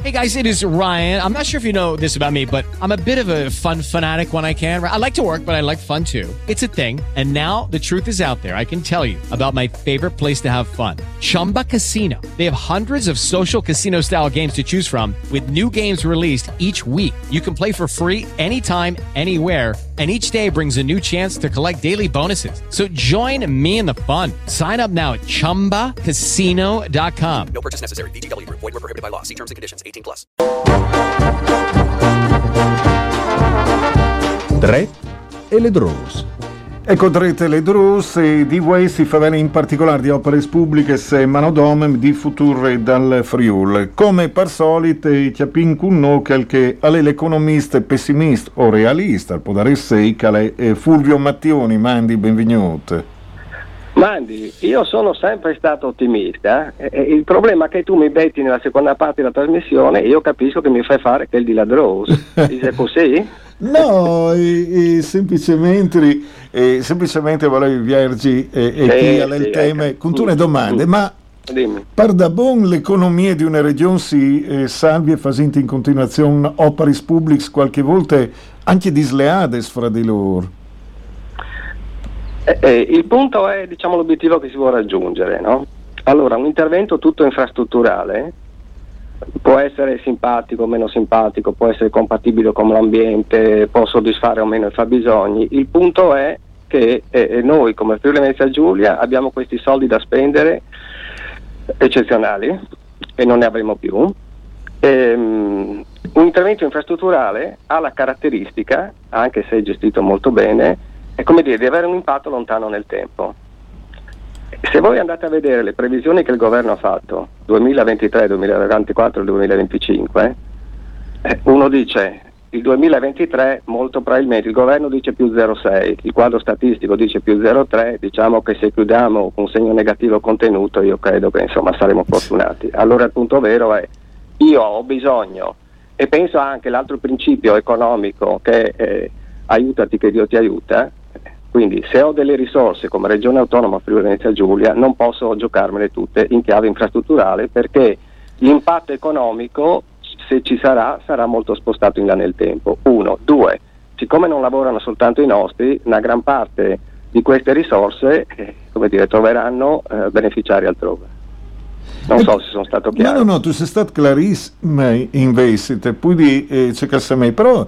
Hey guys, it is Ryan. I'm not sure if you know this about me, but I'm a bit of a fun fanatic when I can. I like to work, but I like fun too. It's a thing. And now the truth is out there. I can tell you about my favorite place to have fun. Chumba Casino. They have hundreds of social casino style games to choose from with new games released each week. You can play for free anytime, anywhere. And each day brings a new chance to collect daily bonuses. So join me in the fun. Sign up now at ChumbaCasino.com. No purchase necessary. VGW Group. Void where prohibited by law. See terms and conditions. 18+. 3 e le Draws. Ecco, Drette le Draws e di Way si fa bene in particolare di opere pubbliche e manodomem di future dal Friul. Come per solito, chiapin cunno che alle l'economista pessimista o realista, può dare sei che Fulvio Mattioni, mandi benvenuto. Mandi, io sono sempre stato ottimista. Il problema è che tu mi metti nella seconda parte della trasmissione e io capisco che mi fai fare quel di la Draws. Dice così? No, semplicemente volevo viergi chi ha il tema con tue domande, ma dimmi. Per da buon l'economia di una regione si salvi e fasinti in continuazione operis publics qualche volta anche disleades fra di loro. Il punto è, diciamo, l'obiettivo che si vuole raggiungere, no? Allora, un intervento tutto infrastrutturale può essere simpatico o meno simpatico, può essere compatibile con l'ambiente, può soddisfare o meno i fabbisogni. Il punto è che noi come Friuli Venezia Giulia abbiamo questi soldi da spendere eccezionali e non ne avremo più. Un intervento infrastrutturale ha la caratteristica, anche se è gestito molto bene, è come dire di avere un impatto lontano nel tempo. Se voi andate a vedere le previsioni che il governo ha fatto 2023, 2024 e 2025, uno dice il 2023 molto probabilmente il governo dice più 0,6, il quadro statistico dice più 0,3, diciamo che se chiudiamo un segno negativo contenuto io credo che insomma saremo fortunati. Allora il punto vero è io ho bisogno, e penso anche l'altro principio economico che aiutati che Dio ti aiuta. Quindi se ho delle risorse come Regione Autonoma Friuli Venezia Giulia non posso giocarmele tutte in chiave infrastrutturale, perché l'impatto economico, se ci sarà molto spostato in là nel tempo. 1, 2, siccome non lavorano soltanto i nostri, una gran parte di queste risorse troveranno beneficiari altrove. Non so se sono stato chiaro. No, tu sei stato chiarissimo invece, poi c'è che se me, però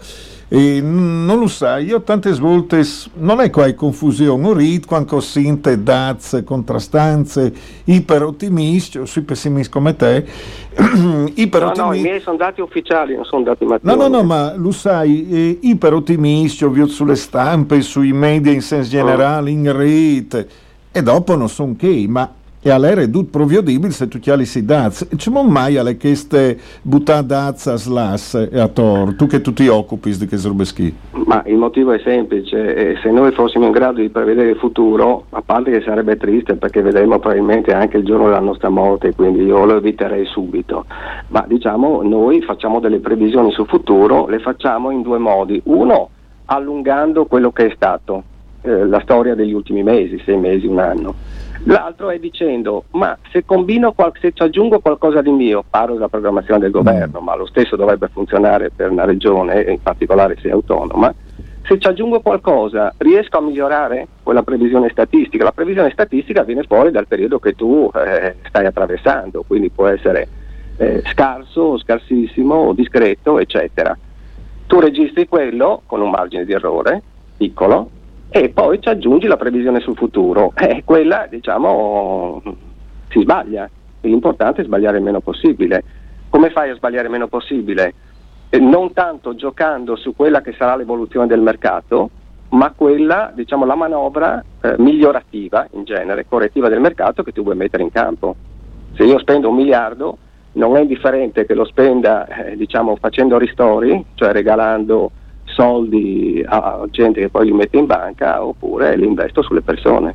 non lo sai, io tante volte non è qua confusione, rit quando sente dazze, contrastanze, iperottimisti o sui pessimisti come te. No, i miei sono dati ufficiali, non sono dati mattoni. No, ma lo sai, iperottimisti, ovvio sulle stampe, sui media in senso generale, in rete, e dopo non sono che, ma e all'era è tutto provvedibile se tu chiali si daz. C'è mai alle queste buttate daz a slas e a tor, tu che tu ti occupi di che robe schi? Ma il motivo è semplice, se noi fossimo in grado di prevedere il futuro, a parte che sarebbe triste perché vedremo probabilmente anche il giorno della nostra morte, quindi io lo eviterei subito, ma diciamo noi facciamo delle previsioni sul futuro, le facciamo in due modi: uno, allungando quello che è stato la storia degli ultimi mesi, 6 mesi, un anno. L'altro è dicendo, ma se se ci aggiungo qualcosa di mio, parlo della programmazione del governo, ma lo stesso dovrebbe funzionare per una regione, in particolare se è autonoma, se ci aggiungo qualcosa riesco a migliorare quella previsione statistica. La previsione statistica viene fuori dal periodo che tu stai attraversando, quindi può essere scarso, scarsissimo, discreto, eccetera. Tu registri quello con un margine di errore piccolo e poi ci aggiungi la previsione sul futuro, quella diciamo si sbaglia, l'importante è sbagliare il meno possibile. Come fai a sbagliare il meno possibile? Non tanto giocando su quella che sarà l'evoluzione del mercato, ma quella, diciamo, la manovra migliorativa, in genere correttiva del mercato, che tu vuoi mettere in campo. Se io spendo 1 miliardo non è indifferente che lo spenda diciamo facendo ristori, cioè regalando soldi a gente che poi li mette in banca, oppure li investo sulle persone.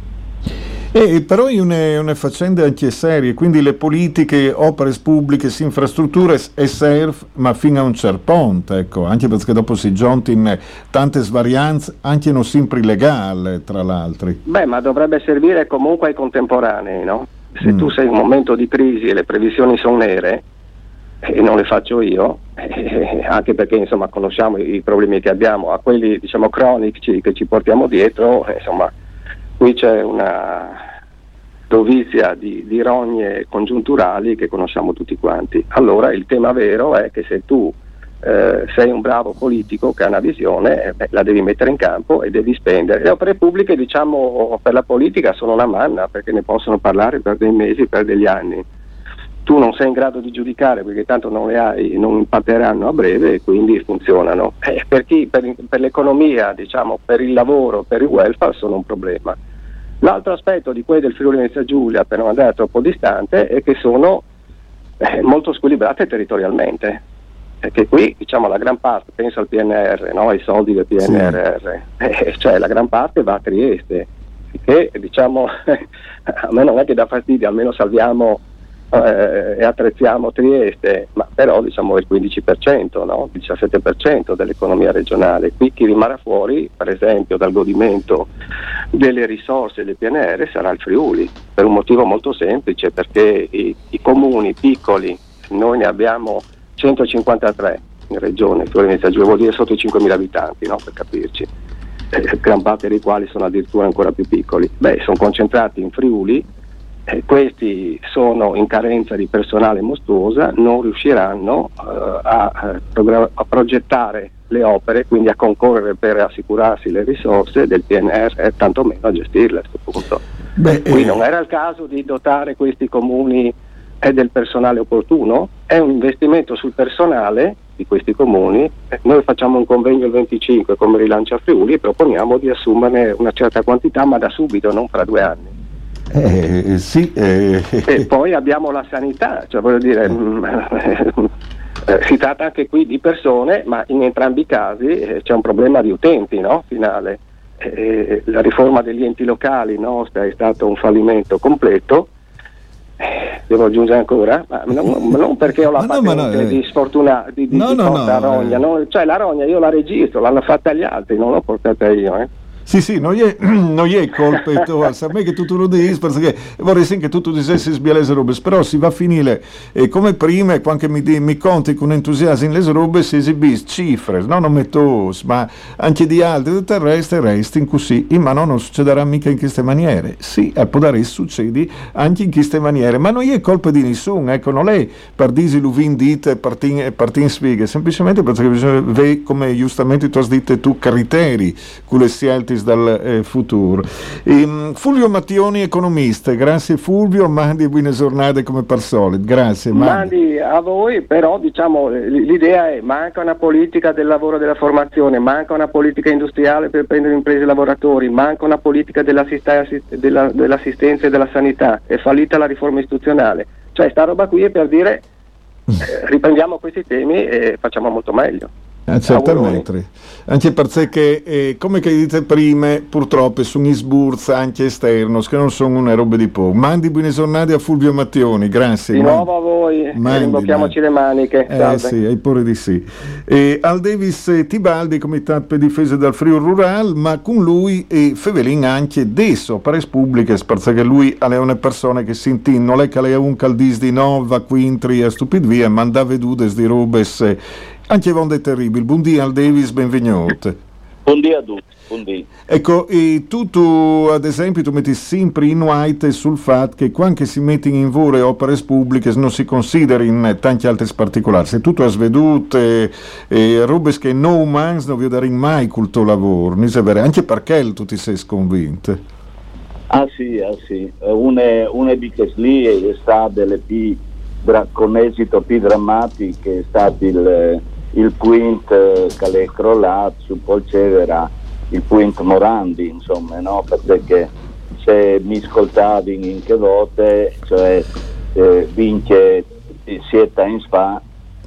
Però è una faccenda anche serie, quindi le politiche, opere pubbliche, infrastrutture e serve, ma fino a un certo punto, ecco, anche perché dopo si giunti in tante svarianze, anche non sempre legali, tra l'altro. Beh, ma dovrebbe servire comunque ai contemporanei, no? Se tu sei in un momento di crisi e le previsioni sono nere, e non le faccio io, anche perché insomma conosciamo i problemi che abbiamo, a quelli diciamo cronici che ci portiamo dietro, insomma qui c'è una dovizia di rogne congiunturali che conosciamo tutti quanti. Allora il tema vero è che se tu sei un bravo politico che ha una visione, la devi mettere in campo e devi spendere. Le opere pubbliche, diciamo, per la politica sono una manna, perché ne possono parlare per dei mesi, per degli anni. Tu non sei in grado di giudicare perché tanto non le hai, non impatteranno a breve e quindi funzionano. Per l'economia, diciamo, per il lavoro, per il welfare sono un problema. L'altro aspetto di quelli del Friuli Venezia Giulia, per non andare troppo distante, è che sono molto squilibrate territorialmente. Perché qui, diciamo, la gran parte, penso al PNR, no? Ai soldi del PNRR, cioè la gran parte va a Trieste, che diciamo a me non è che dà fastidio, almeno salviamo e attrezziamo Trieste, ma però diciamo il 15%, no? 17% dell'economia regionale. Qui chi rimarrà fuori, per esempio, dal godimento delle risorse del PNR sarà il Friuli, per un motivo molto semplice, perché i comuni piccoli, noi ne abbiamo 153 in regione, Friuli Venezia Giulia, vuol dire sotto i 5.000 abitanti, no? Per capirci, gran parte dei quali sono addirittura ancora più piccoli, sono concentrati in Friuli. Questi sono in carenza di personale mostruosa, non riusciranno a progettare le opere, quindi a concorrere per assicurarsi le risorse del PNR, tantomeno a gestirle a questo punto. Qui non era il caso di dotare questi comuni del personale opportuno? È un investimento sul personale di questi comuni. Noi facciamo un convegno il 25 come Rilancia Friuli e proponiamo di assumerne una certa quantità, ma da subito, non fra 2 anni. E poi abbiamo la sanità, cioè voglio dire, si tratta anche qui di persone, ma in entrambi i casi c'è un problema di utenti, no? Finale. La riforma degli enti locali nostra è stato un fallimento completo. Devo aggiungere ancora, ma non perché ho la patente di sfortuna di porta rogna, no? Cioè la rogna io la registro, l'hanno fatta gli altri, non l'ho portata io. Sì, non è colpa tua, a me che tu lo dici, perché vorrei che tu dicessi sbialese robe, però si va a finire come prima, e quando mi conti con entusiasmo in le robe si esibisce cifre, no, non metto, ma anche di altri, tutto il resto in così, ma no, non succederà mica in queste maniere. Sì, può dare succedi anche in queste maniere, ma non è colpa di nessuno, ecco, non è per disi l'uvin dite partin sfighe, semplicemente perché bisogna vedere, come giustamente tu hai detto tu, criteri, con le scelte dal futuro. Fulvio Mattioni, economista, grazie Fulvio, mandi buone giornate come per solito, grazie. Mandi a voi, però diciamo l'idea è: manca una politica del lavoro e della formazione, manca una politica industriale per prendere imprese e lavoratori, manca una politica dell'assistenza e della sanità, è fallita la riforma istituzionale, cioè sta roba qui è per dire riprendiamo questi temi e facciamo molto meglio. Certamente, anche perché come che dite prima, purtroppo sono isburza anche esternos che non sono una roba di po'. Mandi buone giornate a Fulvio Mattioni, grazie. Di nuovo a voi, rimbocchiamoci le maniche. Sì, hai pure di sì. Al Davis Tibaldi, Comitato per Difesa dal Friuli Rural, ma con lui Fevelin anche adesso, Pares Pubblicas, perché lui è una persona che si intin, non è che lei ha un caldis di nova, quintri a stupid via, ma da vedudes di robes anche vonde terribili. Buondì al Davis, benvenuto. Buondì a tutti, buondì. Ecco, tu ad esempio tu metti sempre in white sul fatto che quando si mettono in vore opere pubbliche non si considera in tanti altri particolari. Se tu hai veduto robe che no umans non vedono mai col tuo lavoro, anche perché tu ti sei sconvinto. Sì. Una di queste lì è stata con esito più drammatico, è stato il point che è crollato su Polcevera, il point Morandi, insomma, no? Perché se mi ascoltavi in che volte, cioè vince siete in spa,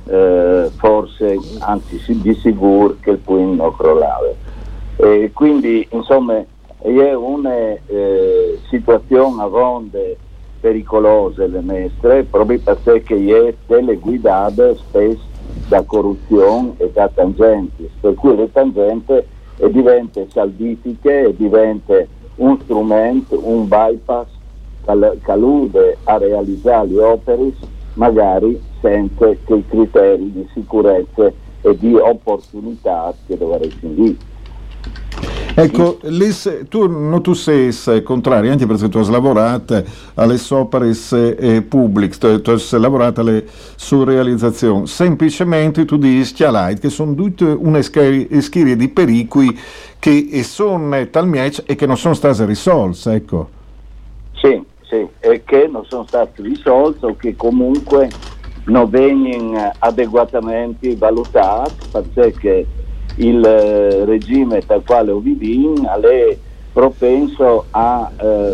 forse, anzi di sicuro che il point non crollava. Quindi, insomma, è una situazione a ronde pericolose le nostre, proprio perché è teleguidate spesso da corruzione e da tangenti, per cui le tangenti diventano saldifiche e diventa un strumento, un bypass che allude a realizzare le opere magari senza quei criteri di sicurezza e di opportunità che dovresti dire. Ecco, tu sei contrario, anche perché tu hai lavorato alle opere pubbliche, tu hai lavorato alle surrealizzazioni, semplicemente tu dici che sono tutte una serie di pericoli che sono talmente e che non sono stati risolti, ecco. Sì, e che non sono stati risolti o che comunque non vengono adeguatamente valutati, perché il regime tal quale ho visto è propenso a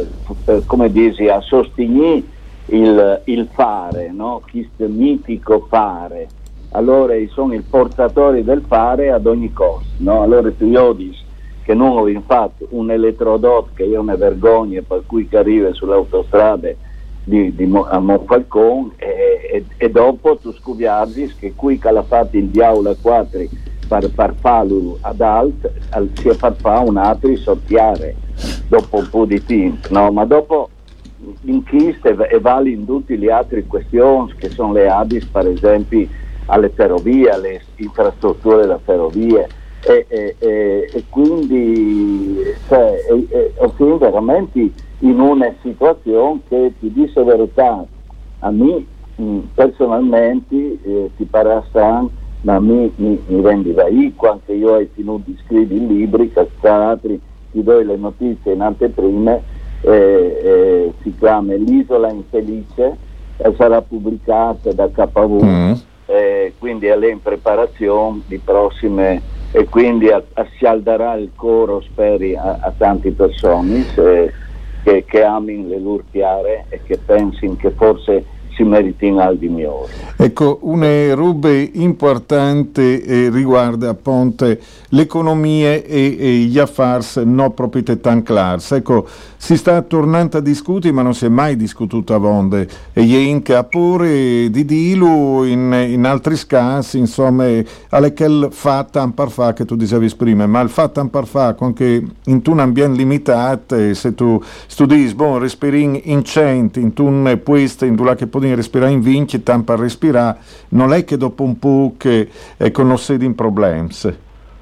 a sostenere il fare, no? Questo mitico fare. Allora sono i portatori del fare ad ogni costo, no? Allora tu io dici che non ho fatto un elettrodotto che io ne vergogno per cui che arriva sulle autostrade a Monfalcone e dopo tu scopriamo che qui che l'ha fatto il diavolo a quattro per farlo ad alt si è fatto fare un altro sortiare dopo un po' di tempo, no? Ma dopo inchiste e vale in tutte le altre questioni che sono le ADIS, per esempio alle ferrovie, alle infrastrutture da ferrovie e quindi siamo veramente in una situazione che, ti dico la verità, a me personalmente ti pare strano, ma mi rendiva anche io ho finito di scrivere i libri, cazzatri, ti do le notizie in anteprime, si chiama L'isola infelice e sarà pubblicata da KV, quindi è in preparazione di prossime e quindi scialderà il coro, speri, a tante persone che amino le lurchiare e che pensino che forse si meritino al di migliore. Ecco, una roba importante riguarda appunto l'economia e gli affari non proprio tan chiari. Ecco, si sta tornando a discutere, ma non si è mai discututo a vonde, e anche a pure di dirlo in altri casi, insomma, alle quel fatto un par fa che tu dicevi prima, ma il fatto un par fa anche in un ambiente limitato, se tu studi, respiri in centi, in un puesto, in dove che puoi respirare in vinci, tanto per respirare, non è che dopo un po' che conoscete in problemi. Sì,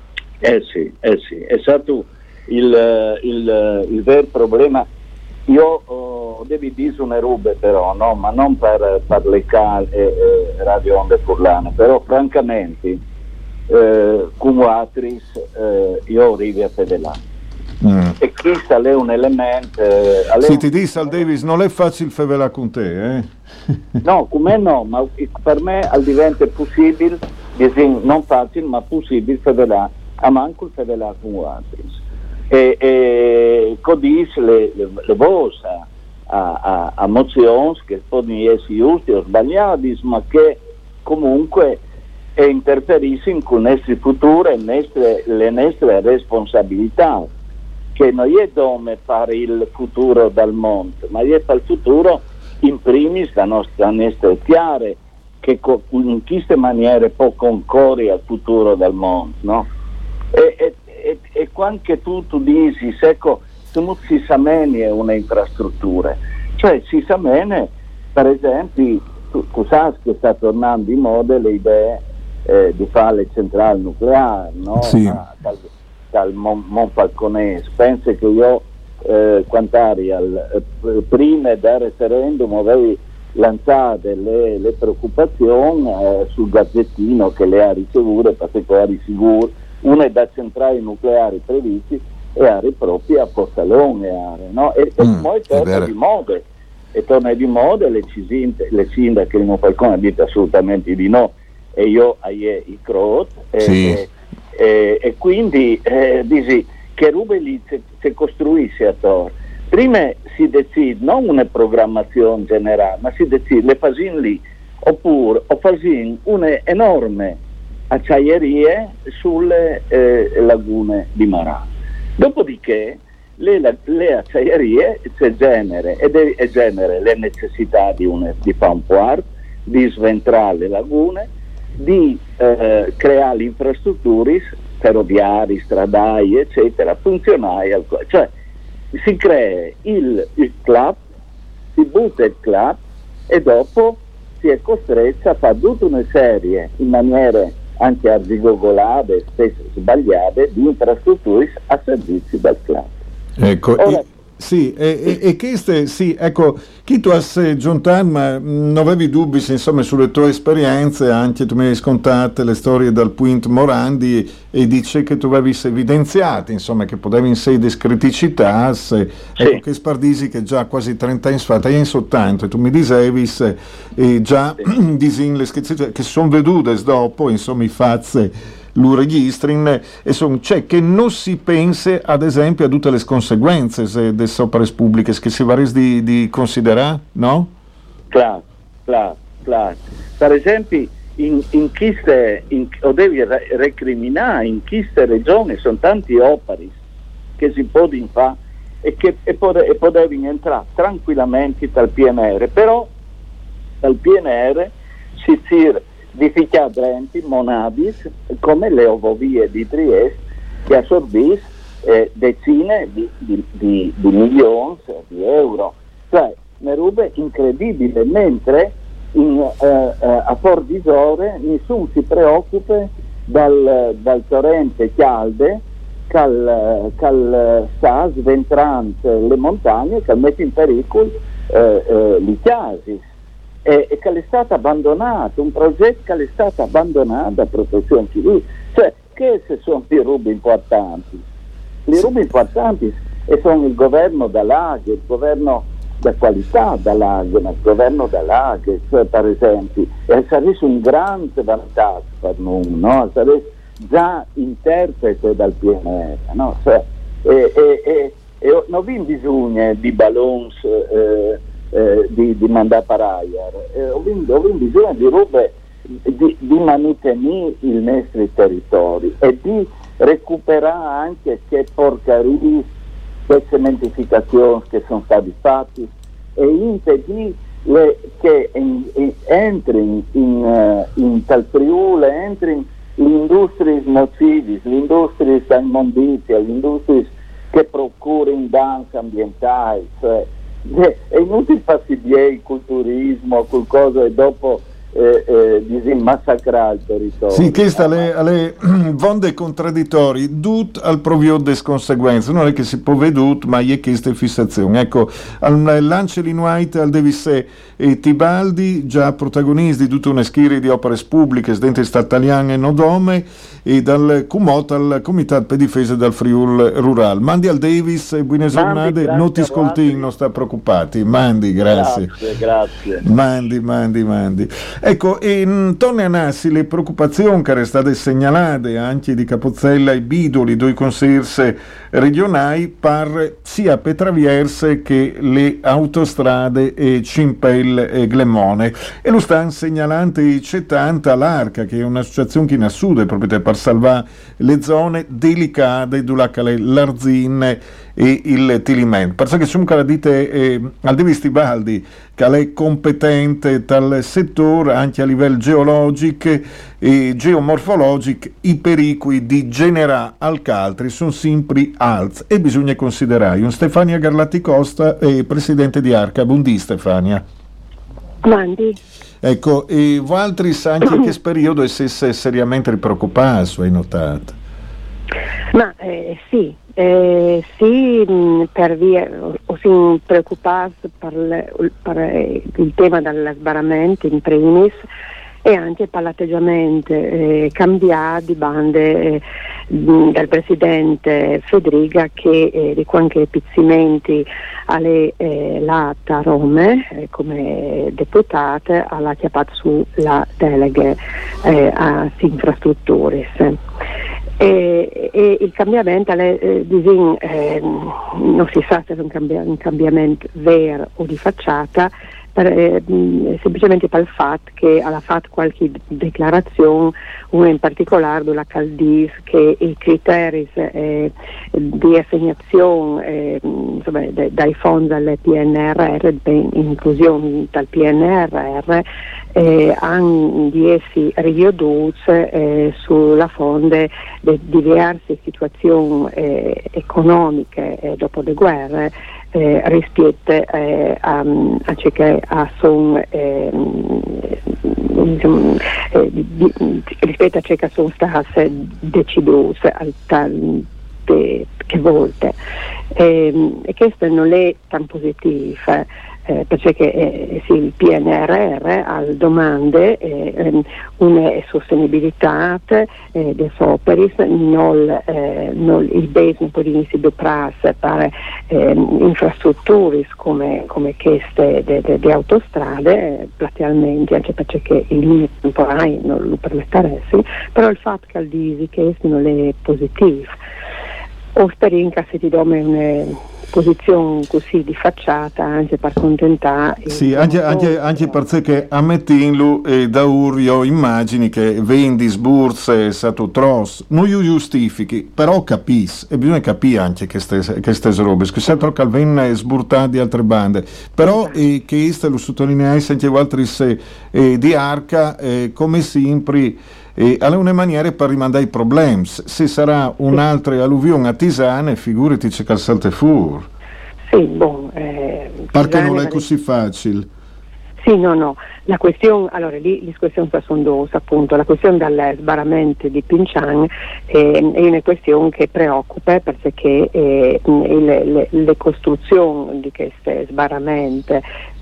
è stato il vero problema. Io devi dire una roba però, no? Ma non per le radio onde furlane, però francamente come altri io arrivo a pedalare. E questo è un elemento sì, ti dice al Davis, non è facile fevelare con te, no, come no, ma per me diventa possibile, non facile ma possibile fevelare a manco il fevelare con altri e codice le voci a mozioni che possono essere giusti o sbagliati, ma che comunque interferiscono con le nostre future le nostre responsabilità, che non è dove fare il futuro dal mondo, ma è per il futuro in primis la nostra chiare che in queste maniere può concorrere al futuro del mondo, no? E quando tu dici, ecco, si sa bene una infrastruttura, cioè si sa bene, per esempio, tu sai che sta tornando in moda le idee di fare le centrali nucleari, no? Sì. Dal Monfalconese. Penso che io prima del referendum avevi lanciato le preoccupazioni sul gazzettino che le ha ricevute particolari sicure, una è da centrali nucleari previsti e aree proprie a Postalone, no? E poi torna di moda le sindache di Monfalcone hanno detto assolutamente di no, e io i crot e quindi dici che Rube lì si costruisce attorno. Prima si decide non una programmazione generale, ma si decide le fasine lì, oppure fasine una enorme acciaierie sulle lagune di Marà. Dopodiché le acciaierie genera le necessità di fare un port, di sventrare le lagune, di creare le infrastrutture ferroviarie, stradali, eccetera, funzionali, cioè si crea il club, si butta il club e dopo si è costretta a fare tutta una serie, in maniere anche arzigogolate, spesso sbagliate, di infrastrutture a servizi del clan. Ecco, sì, e queste, sì, ecco, chi tu hai giuntato, ma non avevi dubbi, insomma, sulle tue esperienze, anche tu mi hai scontate le storie dal Puint Morandi e dice che tu avevi evidenziato, insomma, che potevi in sé des criticità, ecco, che spardisi che già quasi 30 anni fa, in soltanto, e tu mi dicevi, già disin le schizze che sono vedute dopo, insomma, i fazze lo registrin e c'è che non si pense ad esempio a tutte le conseguenze delle opere pubbliche che si va di considerare, no? Claro. Per esempio o devi recriminare in queste regioni sono tanti opere che si possono fare e potevi entrare tranquillamente dal PNR, però dal PNR si tira di ficciadrenti monadis come le ovovie di Trieste che assorbisce decine di milioni di euro, cioè una roba incredibile, mentre a Fortisore nessuno si preoccupa dal torrente Chialde che sta sventrando le montagne, che mette in pericolo gli chiasis. E che è stato abbandonato, un progetto che è stato abbandonato da protezione civile, cioè che se sono i rubi importanti? I rubi importanti sono il governo dall'Aghe, il governo da qualità dall'Aghe, ma il governo dall'Aghe, cioè per esempio, sarebbe un grande vantaggio per noi, no? Sarebbe già interprete dal PNR, no? Cioè, non vi bisogno di ballons di mandare paraia, ho bisogno di robe di mantenere il nostro territorio e di recuperare anche che porcherie, le cementificazioni che sono state fatte e impedire che entri in tal Friuli, entri le industrie nocive, le industrie da immondizia, le industrie che procurano danni ambientali, cioè è inutile farsi il culturismo, qualcosa e dopo massacrare il territorio. Sì, queste alle vonde contraddittori, dut al provio des conseguenze, non è che si può vedere, ma è queste fissazioni. Ecco, al Lancelin White, al Devisse e Tibaldi, già protagonisti di tutta una schiera di opere pubbliche dentro Stataliane e Nodome, e dal Cumot al Comitato per difesa del Friul Rural. Mandi al Davis, buone giornate, non ti ascolti, non sta preoccupati. Mandi, grazie. Grazie. Mandi. Ecco, torna a Nassi le preoccupazioni che erano state segnalate anche di Capozzella e Bidoli, due consiglieri regionali, per sia per traverse che le autostrade e Cimpel e Glemone. E lo stanno segnalando i C80 all'Arca, che è un'associazione che in assude proprio per salvare le zone delicate dove l'Arzin e il Tiliment. Perché sono che la dite al De Vistibaldi che è competente dal settore anche a livello geologico e geomorfologico, i pericoli di generare alcaltri sono sempre alti e bisogna considerare. Un Stefania Garlatti Costa, presidente di Arca. Buondì Stefania. Mandi. Ecco, e voi altri anche in che periodo e se seriamente preoccupato, hai notato? Ma sì, per via, o si preoccupato per il tema dello sbarramento in primis e anche per l'atteggiamento cambiato di bande del presidente Federica che di qualche pizzimenti alle lata Rome come deputata alla chiappata sulla delega a infrastrutture. E il cambiamento non si sa se è un cambiamento vero o di facciata, semplicemente per il fatto che ha fatto qualche dichiarazione, una in particolare della Caldis, che i criteri di assegnazione dai fondi del PNRR, inclusione dal PNRR, hanno di essi riveduti sulla fonte di diverse situazioni economiche dopo le guerre rispetto a ciò che sono rispetto a ciò che sono state decise che volte, e questo non è tan positivo, perché il PNRR ha domande una sostenibilità delle opere, non il business può iniziare a prassi per infrastrutture come queste di autostrade, praticamente, anche perché i limiti temporali non lo permetteranno, però il fatto che dici che questo non è positivo. O sperinca se ti dome una posizione così di facciata anche per contentare. Sì, anche perché ammettinlo da io immagini che vendi sburse stato tros non io giustifichi, però capis e bisogna capire anche che queste robe, che se troppo vengono sburtate di altre bande, però che questo lo sottolineai anche altri di Arca come sempre. Alla una maniera per rimandare i problemi. Se sarà un'altra alluvione a Tisane, figurati c'è calzate fur. Sì, perché non è così facile. Sì, no. La questione, allora lì le questioni sono due, appunto. La questione del sbarramento di Pincian è una questione che preoccupa, perché le costruzioni di queste sbarramenti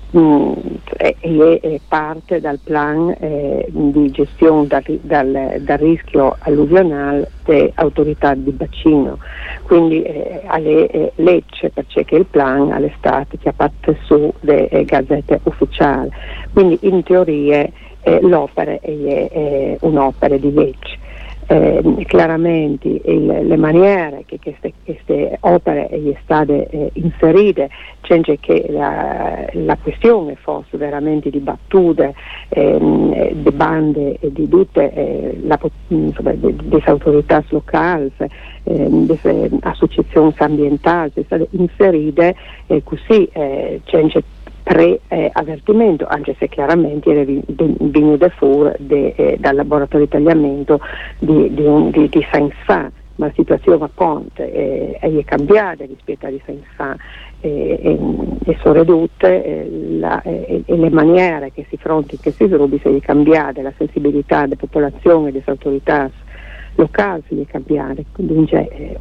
è parte dal plan di gestione dal rischio alluvionale delle autorità di bacino, quindi alle legge, perché il plan all'estate che ha fatto su le gazzette ufficiali, quindi in teoria l'opera è un'opera di legge. Chiaramente le maniere che queste opere sono state inserite, c'è che la questione fosse veramente dibattuta, di bande e di tutte le autorità locali, delle associazioni ambientali, sono state inserite così c'è pre-avvertimento, anche se chiaramente era venuto fuori dal laboratorio di tagliamento di Saint-Fa, ma la situazione a Ponte è cambiata rispetto a Saint-Fa e sono ridotte le maniere che si affrontano questi sviluppi sono cambiate, la sensibilità delle popolazioni e delle autorità locali è cambiata, quindi c'è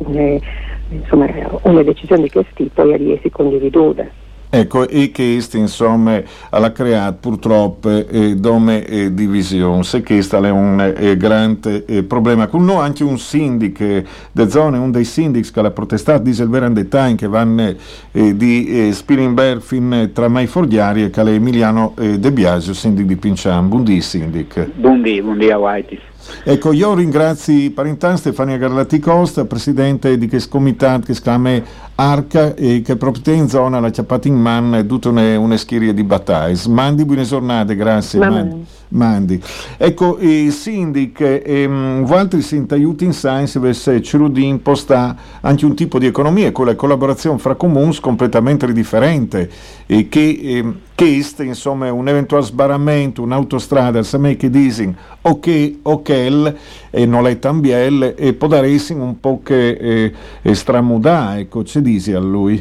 una decisione di questo tipo e riesce condividuta. Ecco, e che insomma ha creato purtroppo divisione, se questo è un grande problema. Con noi anche un sindaco de zone, un dei sindaci che ha protestato, dice il vero dettaglio, che vanno di Spilimberg fin tra Mai Fordiari e che è Emiliano De Biasio, sindaco di Pincian. Buondì sindaco. Buondì a Whitis. Ecco, io ringrazio Parintan Stefania Garlati Costa, presidente di questo comitato che si chiama Arca e che proprio in zona la chiappata in man tutta una schiera di battaglie. Mandi, buone giornate, grazie. Mandi. Ecco, Sindic altri si aiuti in science se Cerudin imposta anche un tipo di economia con la collaborazione fra comuni completamente differente e che insomma un eventuale sbarramento, un'autostrada, se che dicono ok e non è tan biel e può dare un po' che stramudà, ecco, ci dici a lui?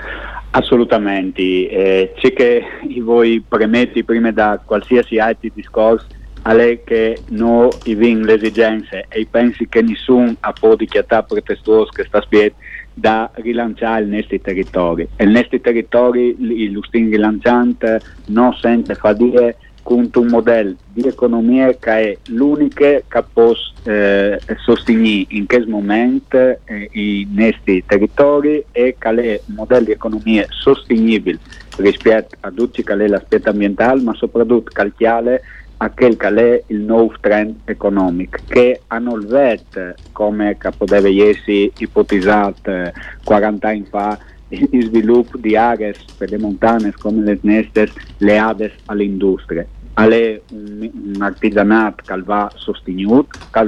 Assolutamente, c'è che voi premetti prima da qualsiasi altro discorso è che noi abbiamo le esigenze e pensi che nessuno ha po' di chiatà pretestuosa che sta spiegando da rilanciare i nostri territori e i nostri territori lo stiamo rilanciando non senza far dire con un modello di economia che è l'unico che può sostenere in questo momento i nostri territori e che è un modello di economia sostenibile rispetto a tutto che è l'aspetto ambientale, ma soprattutto calchiale a quel che è il nuovo trend economico che hanno il vet come che poteva essere ipotizzato 40 anni fa il sviluppo di aree pedemontane come le nostre leate all'industria. È un artigianato che va sostenuto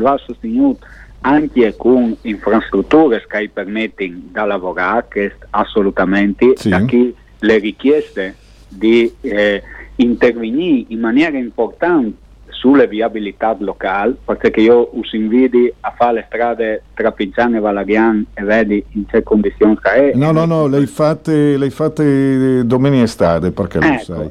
anche con infrastrutture che permettono di lavorare, che assolutamente sì. Da chi le richieste di intervenire in maniera importante sulle viabilità locali, perché io uso invidi a fare le strade tra Pizzano e Valaghian e vedi in che condizioni è. No, le hai fatte domenica estate, perché lo sai.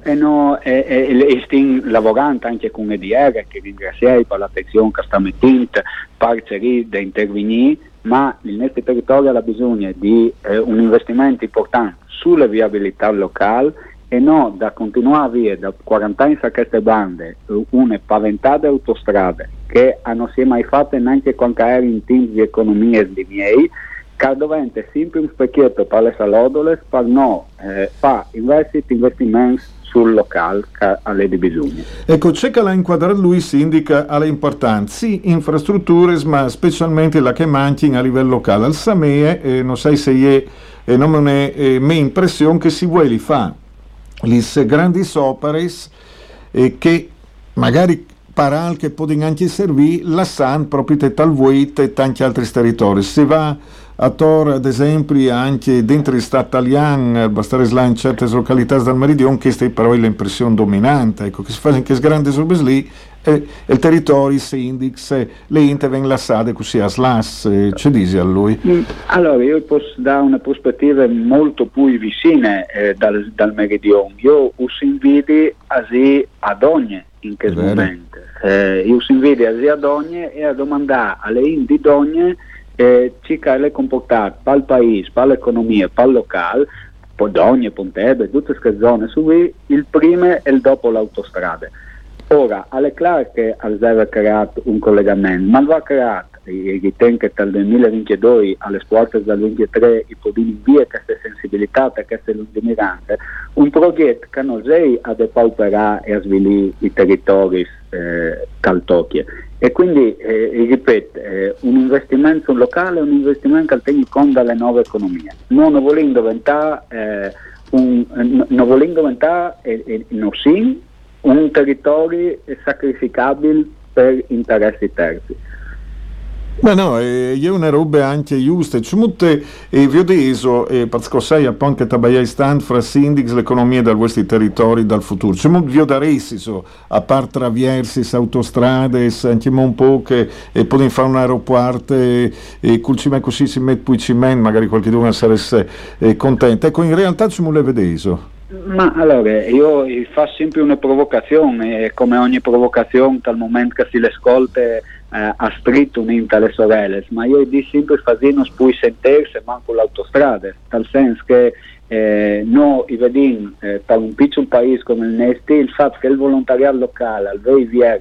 E stiamo lavorando anche con EDR, che ringraziai per l'attenzione che sta mettendo, parceri da intervenire, ma il nostro territorio ha bisogno di un investimento importante sulle viabilità locali e no da continuare a avere da 40 anni a queste bande una paventate autostrade che non si è mai fatte neanche quando ero in team di economie di miei, che dovente sempre un specchietto per le salodole per no fare investimenti sul locale che ha di bisogno. Ecco, c'è che la inquadrata lui si indica alle importanza, sì, infrastrutture, ma specialmente la che mancano a livello locale. Al Samee, non sai se non è mia impressione che si vuole fare le grandi opere che magari paral che possono anche servire la San proprio te Talvuit e tanti altri territori. Se va a Tor, ad esempio, anche dentro il Stato italiano, bastare in certe località del meridione, questa è però l'impressione dominante, ecco, che si fa anche grandi robe lì, il territorio, i sindics, le inte vengono lasciate così a slas, c'è dici a lui? Allora, io posso dare una prospettiva molto più vicina dal meridione. Io uso invidi ad ogni in questo momento. Io uso invidi ad ogni e a domandare alle indi d'ogni circa le comportate per il paese, per l'economia, per il locale, Podogna, Pontebbe, tutte queste zone su qui, il prima e il dopo l'autostrada. Ora, è chiaro che aveva creato un collegamento, ma va creato, e ritengo che dal 2022 alle porte del 2023 i podini via queste sensibilità, queste lungimiranze, un progetto che non è a depauperare e a svilire i territori caltocchi. E quindi, ripeto, un investimento locale è un investimento che tiene conto delle nuove economie. Non volendo diventare un territorio sacrificabile per interessi terzi. Ma no, è una roba anche giusta. Ci mutte vi ho detto, perché sai appunto che tabagliai stand fra sindics l'economia da questi territori dal futuro. Ci mutte vi ho dato a parte traversi, autostrade, anche un po' che poi fare un aeroporto e col cime così si mette poi cimento, magari qualcuno sarebbe contento. Ecco, in realtà ci mulle vedeso. Ma allora, io faccio sempre una provocazione, come ogni provocazione, dal momento che si le ascolta a stretto un'inta le sorelle, ma io dico sempre che non si può sentirsi manco l'autostrada, nel senso che noi vediamo per un piccolo paese come il nostro, il fatto che il volontariato locale aveva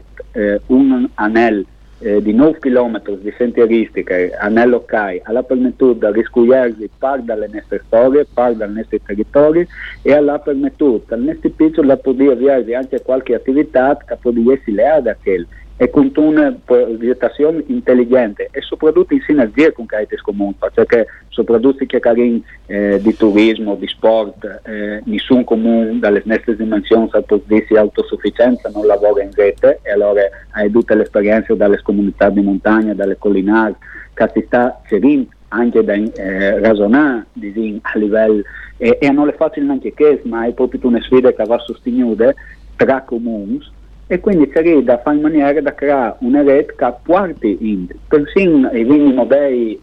un anello di 9 km di sentieristica anello CAI alla permettuto da riscogliersi parte dalle nostre storie, parte dal nostro territorio e alla permettuto al nostro piccolo da poter avviare anche qualche attività che potesse essere leale a quel e con una progettazione intelligente e soprattutto in sinergia con i comuni, perché soprattutto che carino di turismo, di sport, nessun comune dalle nostre dimensioni sa dirsi autosufficienza non lavora in rete e allora hai tutte le esperienze dalle comunità di montagna, dalle collinari, che si sta cercando anche da ragionare a livello e non è facile neanche che, ma è proprio una sfida che va sostenuta tra comuni. E quindi sarebbe da fare in maniera da creare una rete che porti in persino i vini modelli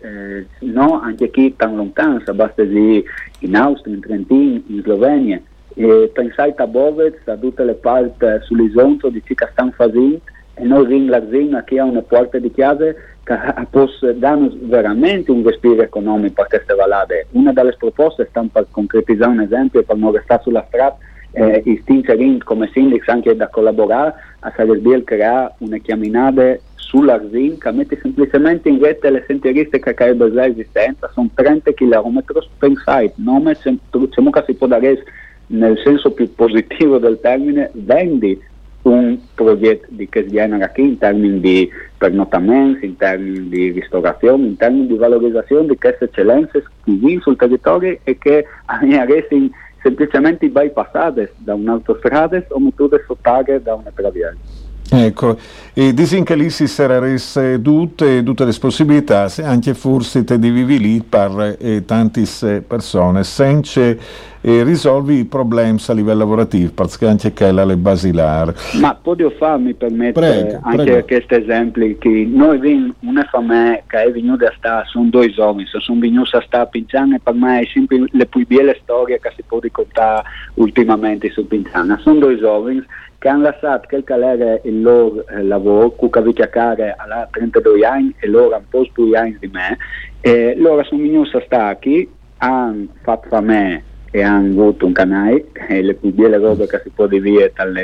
no, anche chi tan lontano, basta dire in Austria, in Trentino, in Slovenia pensare a Bovez, a tutte le parti sull'isonzo di ciò che stanno facendo e noi ringraziamo che ha una porta di chiave che può darci veramente un respiro economico per queste vallate. Una delle proposte sta per concretizzare un esempio per non restare sulla strada istincerint come sindics anche da collaborare a sarebbe creare una chiaminata sull'Arzin che mette semplicemente in rete le sentieristiche che è già esistenza, sono 30 km per site, non diciamo che si può dare nel senso più positivo del termine, vendi un progetto di che genere qui in termini di pernottamenti, in termini di ristorazione, in termini di valorizzazione di queste eccellenze che vivono sul territorio e che hanno semplicemente bypassate da un'autostrada o mettute sott'area da una traviera. Ecco, e disin che lì si sarebbero tutte le possibilità, se anche forse te di vivi lì per tante persone, senza risolvi i problemi a livello lavorativo, perché anche quella è basilare. Ma posso farmi permettere anche questi esempi, che noi abbiamo una famiglia che è venuta a stare, sono 2 giovani, sono venuti a stare a Pinciana, e per me è sempre le più belle storie che si può raccontare ultimamente su Pinciana. Sono 2 giovani che hanno lasciato quel che era il loro lavoro, che avevo chiacchiere a 32 anni e loro un po' più anni di me, e loro sono venuti a stare qui, hanno fatto famiglia e hanno avuto un canale, e le più belle robe che si può dire dalle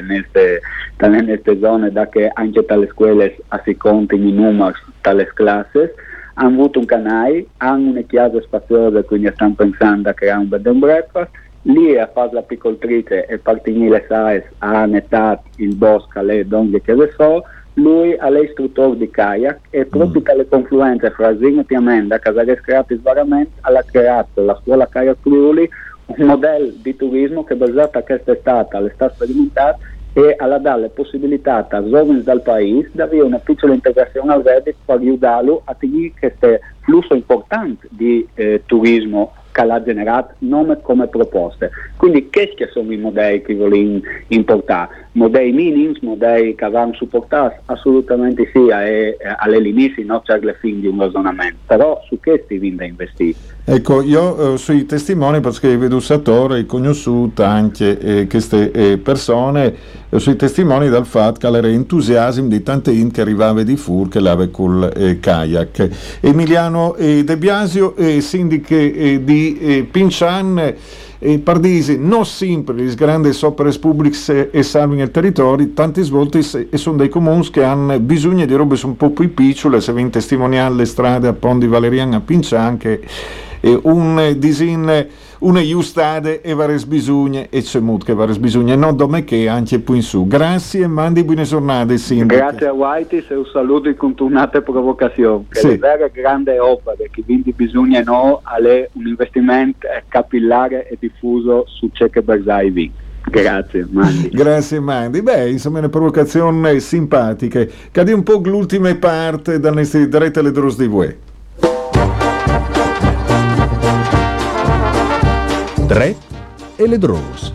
nostre zone, da che anche dalle scuole si contano i numeri dalle classi, hanno avuto un canale, hanno una chiesa spaziosa, quindi stanno pensando a creare un bed and breakfast. Lì a fare l'apicoltrice e partire le SAES ha nettato il bosco, le donne che le so, lui è l'istruttore di kayak e proprio dalle confluenze fra Zignet e Amenda, che si è creato svariamente, ha creato la scuola Kayak Friuli, un modello di turismo che basato a quest'estate sta sperimentato e alla dà le possibilità a giovani del paese di avere una piccola integrazione al reddito per aiutarlo a tenere questo flusso importante di turismo che l'ha generato nome come proposte. Quindi che sono i modelli che vogliono importare? Modelli minimi, modelli che vanno supportati? Assolutamente sì, e all'inizio non c'è le fine di un ragionamento, però su questi viene da investire. Ecco, io sui testimoni, perché vedo Sattore e conosciuto anche queste persone, sui testimoni dal fatto che era entusiasmo di tante in che arrivava di Fur che l'aveva col kayak. Emiliano De Biasio, sindaco di Pincian, Pardisi, non sempre le grandi opere pubbliche e salvi nel territorio, tante volte sono dei comuni che hanno bisogno di robe un po' più piccole, se vi testimoniare le strade a Pondi Valerian a Pincian, che un disin una giustade e varie bisogni e c'è molto che varie bisogni, non dome che anche più in su. Grazie e mandi buone giornate, sindaco. Grazie a Whitey e un saluto in continuate provocazioni. Che le vere grandi opere che quindi bisogna è un investimento capillare e diffuso su ciò che Bersai vi. Grazie Mandi. Grazie Mandi. Beh, insomma, una provocazione simpatica. Cade un po' l'ultima parte da nostri dirette alle Dros di Vue. Dret e le Dros.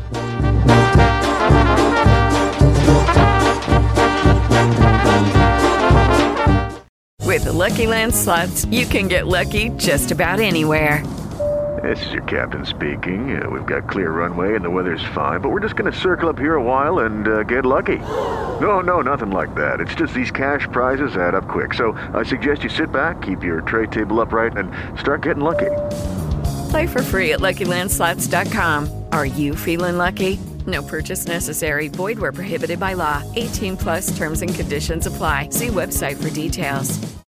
With the Lucky Land Slots, you can get lucky just about anywhere. This is your captain speaking. We've got clear runway and the weather's fine, but we're just going to circle up here a while and get lucky. No, nothing like that. It's just these cash prizes add up quick. So I suggest you sit back, keep your tray table upright, and start getting lucky. Play for free at LuckyLandSlots.com. Are you feeling lucky? No purchase necessary. Void where prohibited by law. 18+ terms and conditions apply. See website for details.